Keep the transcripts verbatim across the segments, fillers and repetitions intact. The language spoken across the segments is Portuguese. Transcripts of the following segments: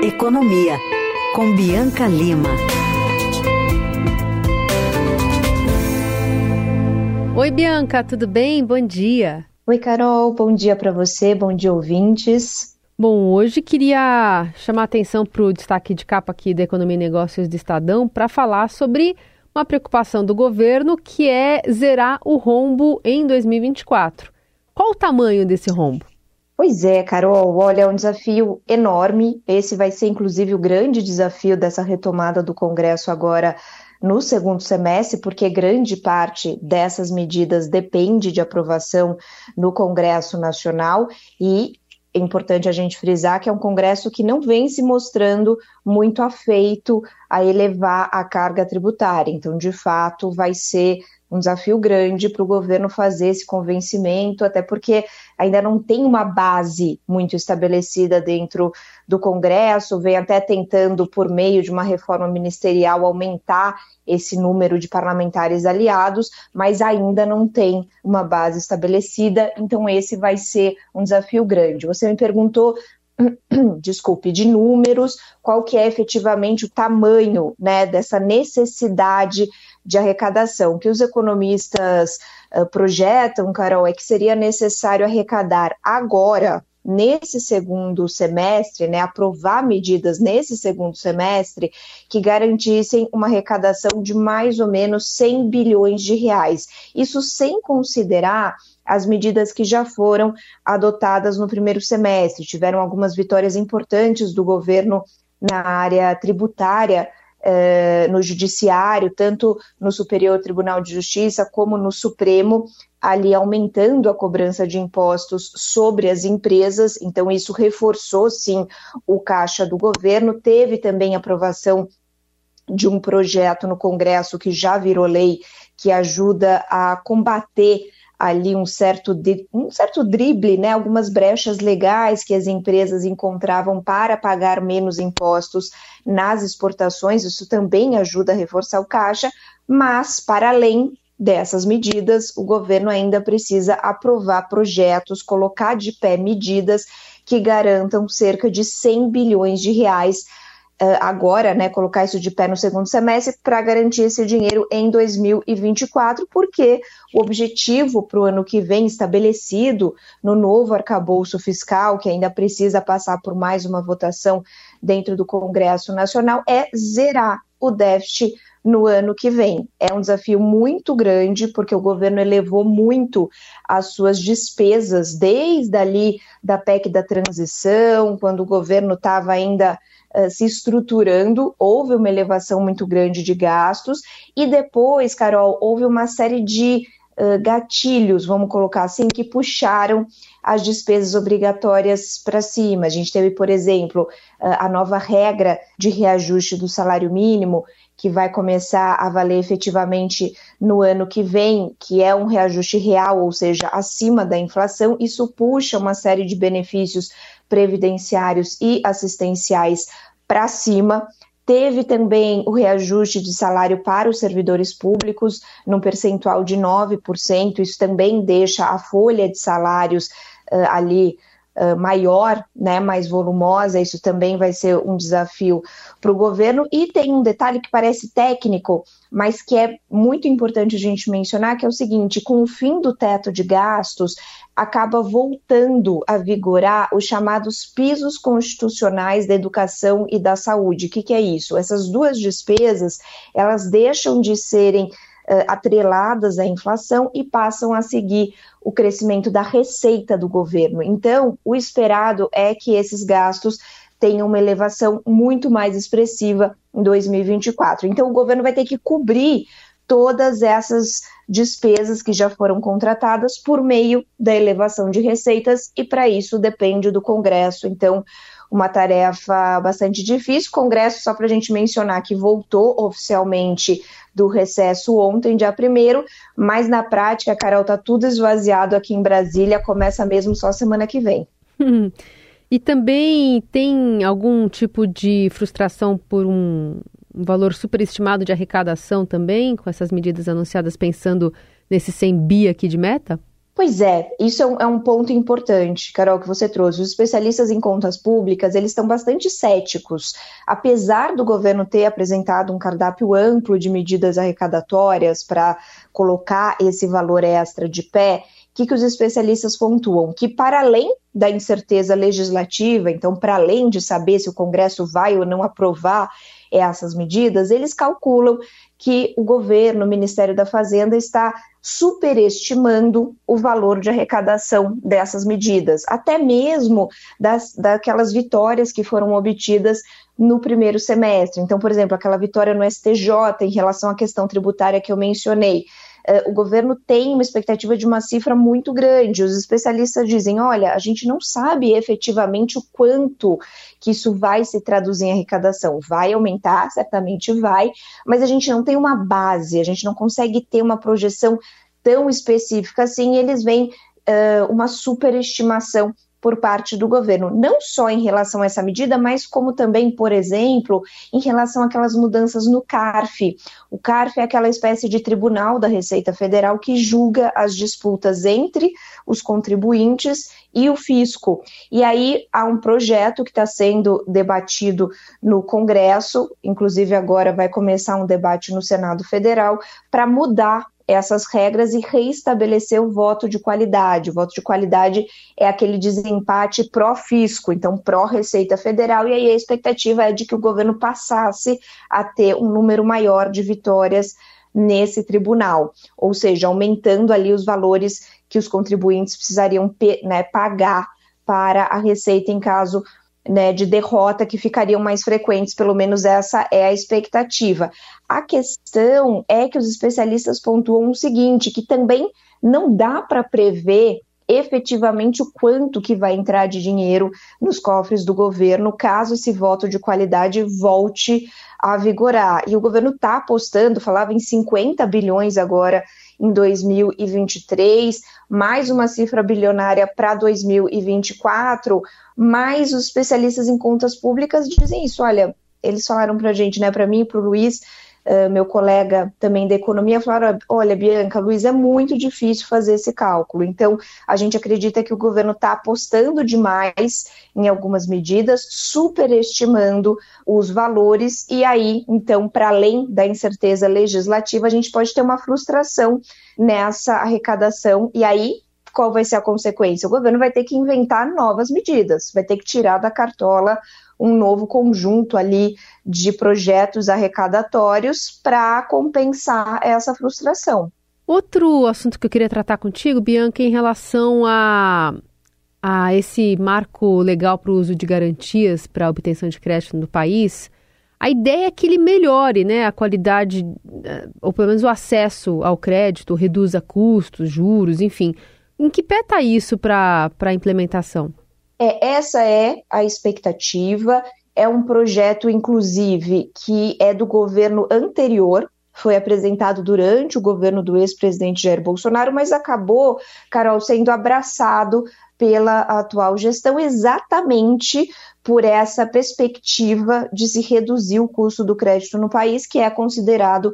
Economia, com Bianca Lima. Oi, Bianca, tudo bem? Bom dia. Oi, Carol, bom dia para você, bom dia, ouvintes. Bom, hoje queria chamar a atenção para o destaque de capa aqui da Economia e Negócios do Estadão para falar sobre uma preocupação do governo, que é zerar o rombo em dois mil e vinte e quatro. Qual o tamanho desse rombo? Pois é, Carol, olha, é um desafio enorme. Esse vai ser, inclusive, o grande desafio dessa retomada do Congresso agora no segundo semestre, porque grande parte dessas medidas depende de aprovação no Congresso Nacional e é importante a gente frisar que é um Congresso que não vem se mostrando muito afeito a elevar a carga tributária. Então, de fato, vai ser um desafio grande para o governo fazer esse convencimento, até porque ainda não tem uma base muito estabelecida dentro do Congresso, vem até tentando, por meio de uma reforma ministerial, aumentar esse número de parlamentares aliados, mas ainda não tem uma base estabelecida, então esse vai ser um desafio grande. Você me perguntou, desculpe, de números, qual que é efetivamente o tamanho, né, dessa necessidade de arrecadação. O que os economistas uh, projetam, Carol, é que seria necessário arrecadar agora, nesse segundo semestre, né, aprovar medidas nesse segundo semestre que garantissem uma arrecadação de mais ou menos cem bilhões de reais. Isso sem considerar as medidas que já foram adotadas no primeiro semestre. Tiveram algumas vitórias importantes do governo na área tributária, eh, no judiciário, tanto no Superior Tribunal de Justiça como no Supremo, ali aumentando a cobrança de impostos sobre as empresas. Então isso reforçou, sim, o caixa do governo. Teve também aprovação de um projeto no Congresso que já virou lei, que ajuda a combater ali um certo, um certo drible, né, algumas brechas legais que as empresas encontravam para pagar menos impostos nas exportações. Isso também ajuda a reforçar o caixa, mas para além dessas medidas, o governo ainda precisa aprovar projetos, colocar de pé medidas que garantam cerca de cem bilhões de reais Uh, agora, né, colocar isso de pé no segundo semestre para garantir esse dinheiro em dois mil e vinte e quatro, porque o objetivo para o ano que vem, estabelecido no novo arcabouço fiscal, que ainda precisa passar por mais uma votação dentro do Congresso Nacional, é zerar o déficit no ano que vem. É um desafio muito grande, porque o governo elevou muito as suas despesas, desde ali da P E C da transição, quando o governo estava ainda Uh, se estruturando, houve uma elevação muito grande de gastos e depois, Carol, houve uma série de uh, gatilhos, vamos colocar assim, que puxaram as despesas obrigatórias para cima. A gente teve, por exemplo, uh, a nova regra de reajuste do salário mínimo, que vai começar a valer efetivamente no ano que vem, que é um reajuste real, ou seja, acima da inflação. Isso puxa uma série de benefícios previdenciários e assistenciais para cima. Teve também o reajuste de salário para os servidores públicos, num percentual de nove por cento. Isso também deixa a folha de salários uh, ali uh, maior, né, mais volumosa. Isso também vai ser um desafio para o governo. E tem um detalhe que parece técnico, mas que é muito importante a gente mencionar, que é o seguinte: com o fim do teto de gastos, acaba voltando a vigorar os chamados pisos constitucionais da educação e da saúde. O que, que é isso? Essas duas despesas, elas deixam de serem uh, atreladas à inflação e passam a seguir o crescimento da receita do governo. Então, o esperado é que esses gastos tenham uma elevação muito mais expressiva em dois mil e vinte e quatro. Então, o governo vai ter que cobrir todas essas despesas que já foram contratadas por meio da elevação de receitas, e para isso depende do Congresso. Então, uma tarefa bastante difícil. O Congresso, só para a gente mencionar, que voltou oficialmente do recesso ontem, dia primeiro, mas na prática, Carol, está tudo esvaziado aqui em Brasília, começa mesmo só semana que vem. Hum. E também tem algum tipo de frustração por um um valor superestimado de arrecadação também, com essas medidas anunciadas, pensando nesse cem bi aqui de meta? Pois é, isso é um, é um ponto importante, Carol, que você trouxe. Os especialistas em contas públicas, eles estão bastante céticos. Apesar do governo ter apresentado um cardápio amplo de medidas arrecadatórias para colocar esse valor extra de pé, o que, que os especialistas pontuam? Que para além da incerteza legislativa, então para além de saber se o Congresso vai ou não aprovar essas medidas, eles calculam que o governo, o Ministério da Fazenda, está superestimando o valor de arrecadação dessas medidas, até mesmo das, daquelas vitórias que foram obtidas no primeiro semestre. Então, por exemplo, aquela vitória no S T J em relação à questão tributária que eu mencionei. Uh, o governo tem uma expectativa de uma cifra muito grande. Os especialistas dizem, olha, a gente não sabe efetivamente o quanto que isso vai se traduzir em arrecadação. Vai aumentar, certamente vai, mas a gente não tem uma base, a gente não consegue ter uma projeção tão específica assim, e eles veem uh, uma superestimação por parte do governo, não só em relação a essa medida, mas como também, por exemplo, em relação àquelas mudanças no CARF. O CARF é aquela espécie de tribunal da Receita Federal que julga as disputas entre os contribuintes e o fisco. E aí há um projeto que está sendo debatido no Congresso, inclusive agora vai começar um debate no Senado Federal, para mudar essas regras e reestabelecer o voto de qualidade. O voto de qualidade é aquele desempate pró-fisco, então pró-Receita Federal, e aí a expectativa é de que o governo passasse a ter um número maior de vitórias nesse tribunal, ou seja, aumentando ali os valores que os contribuintes precisariam, né, pagar para a Receita em caso, né, de derrota, que ficariam mais frequentes, pelo menos essa é a expectativa. A questão é que os especialistas pontuam o seguinte, que também não dá para prever efetivamente o quanto que vai entrar de dinheiro nos cofres do governo, caso esse voto de qualidade volte a vigorar. E o governo está apostando, falava em cinquenta bilhões agora em dois mil e vinte e três, mais uma cifra bilionária para dois mil e vinte e quatro, mas os especialistas em contas públicas dizem isso, olha, eles falaram para a gente, né, para mim e para o Luiz, uh, meu colega também da economia, falaram, olha, Bianca, Luiz, é muito difícil fazer esse cálculo, então a gente acredita que o governo está apostando demais em algumas medidas, superestimando os valores, e aí, então, para além da incerteza legislativa, a gente pode ter uma frustração nessa arrecadação, e aí, qual vai ser a consequência? O governo vai ter que inventar novas medidas, vai ter que tirar da cartola um novo conjunto ali de projetos arrecadatórios para compensar essa frustração. Outro assunto que eu queria tratar contigo, Bianca, em relação a, a esse marco legal para o uso de garantias para a obtenção de crédito no país, a ideia é que ele melhore, né, a qualidade, ou pelo menos o acesso ao crédito, reduza custos, juros, enfim. Em que pé está isso para a implementação? É, essa é a expectativa, é um projeto, inclusive, que é do governo anterior, foi apresentado durante o governo do ex-presidente Jair Bolsonaro, mas acabou, Carol, sendo abraçado pela atual gestão exatamente por essa perspectiva de se reduzir o custo do crédito no país, que é considerado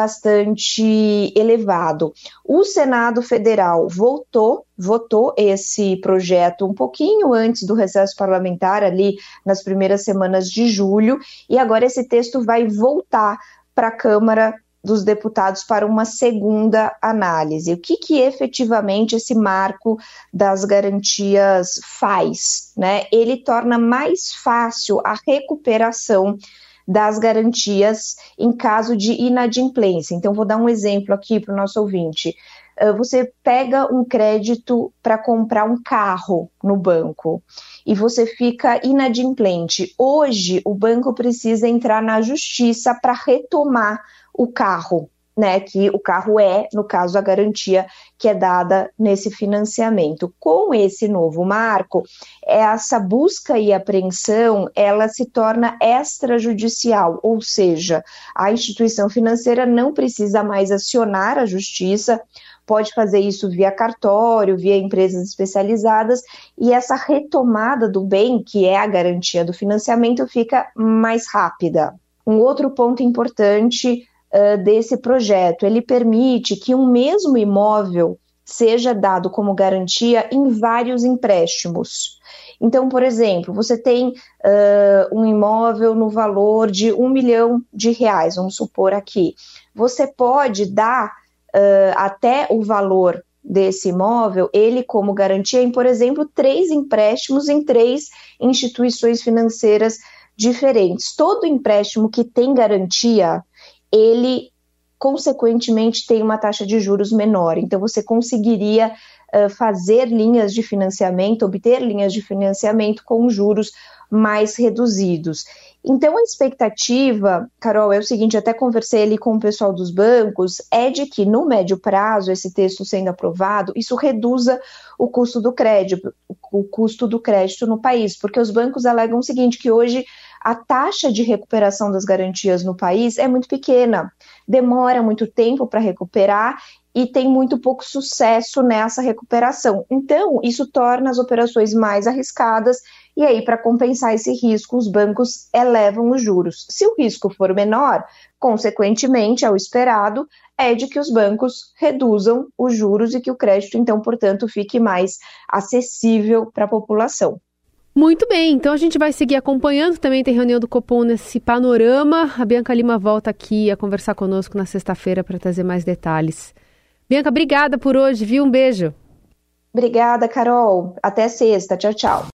bastante elevado. O Senado Federal votou, votou esse projeto um pouquinho antes do recesso parlamentar, ali nas primeiras semanas de julho, e agora esse texto vai voltar para a Câmara dos Deputados para uma segunda análise. O que que efetivamente esse marco das garantias faz, né? Ele torna mais fácil a recuperação das garantias em caso de inadimplência. Então, vou dar um exemplo aqui para o nosso ouvinte. Você pega um crédito para comprar um carro no banco e você fica inadimplente. Hoje, o banco precisa entrar na justiça para retomar o carro, né, que o carro é, no caso, a garantia que é dada nesse financiamento. Com esse novo marco, essa busca e apreensão, ela se torna extrajudicial, ou seja, a instituição financeira não precisa mais acionar a justiça, pode fazer isso via cartório, via empresas especializadas, e essa retomada do bem, que é a garantia do financiamento, fica mais rápida. Um outro ponto importante Uh, desse projeto, ele permite que um mesmo imóvel seja dado como garantia em vários empréstimos. Então, por exemplo, você tem uh, um imóvel no valor de um milhão de reais, vamos supor aqui. Você pode dar uh, até o valor desse imóvel, ele como garantia em, por exemplo, três empréstimos em três instituições financeiras diferentes. Todo empréstimo que tem garantia, ele consequentemente tem uma taxa de juros menor. Então, você conseguiria uh, fazer linhas de financiamento, obter linhas de financiamento com juros mais reduzidos. Então, a expectativa, Carol, é o seguinte, até conversei ali com o pessoal dos bancos, é de que no médio prazo, esse texto sendo aprovado, isso reduza o custo do crédito, o custo do crédito no país, porque os bancos alegam o seguinte, que hoje a taxa de recuperação das garantias no país é muito pequena, demora muito tempo para recuperar e tem muito pouco sucesso nessa recuperação. Então, isso torna as operações mais arriscadas e aí, para compensar esse risco, os bancos elevam os juros. Se o risco for menor, consequentemente, ao esperado, é de que os bancos reduzam os juros e que o crédito, então, portanto, fique mais acessível para a população. Muito bem, então a gente vai seguir acompanhando, também tem reunião do Copom nesse panorama. A Bianca Lima volta aqui a conversar conosco na sexta-feira para trazer mais detalhes. Bianca, obrigada por hoje, viu? Um beijo. Obrigada, Carol. Até sexta. Tchau, tchau.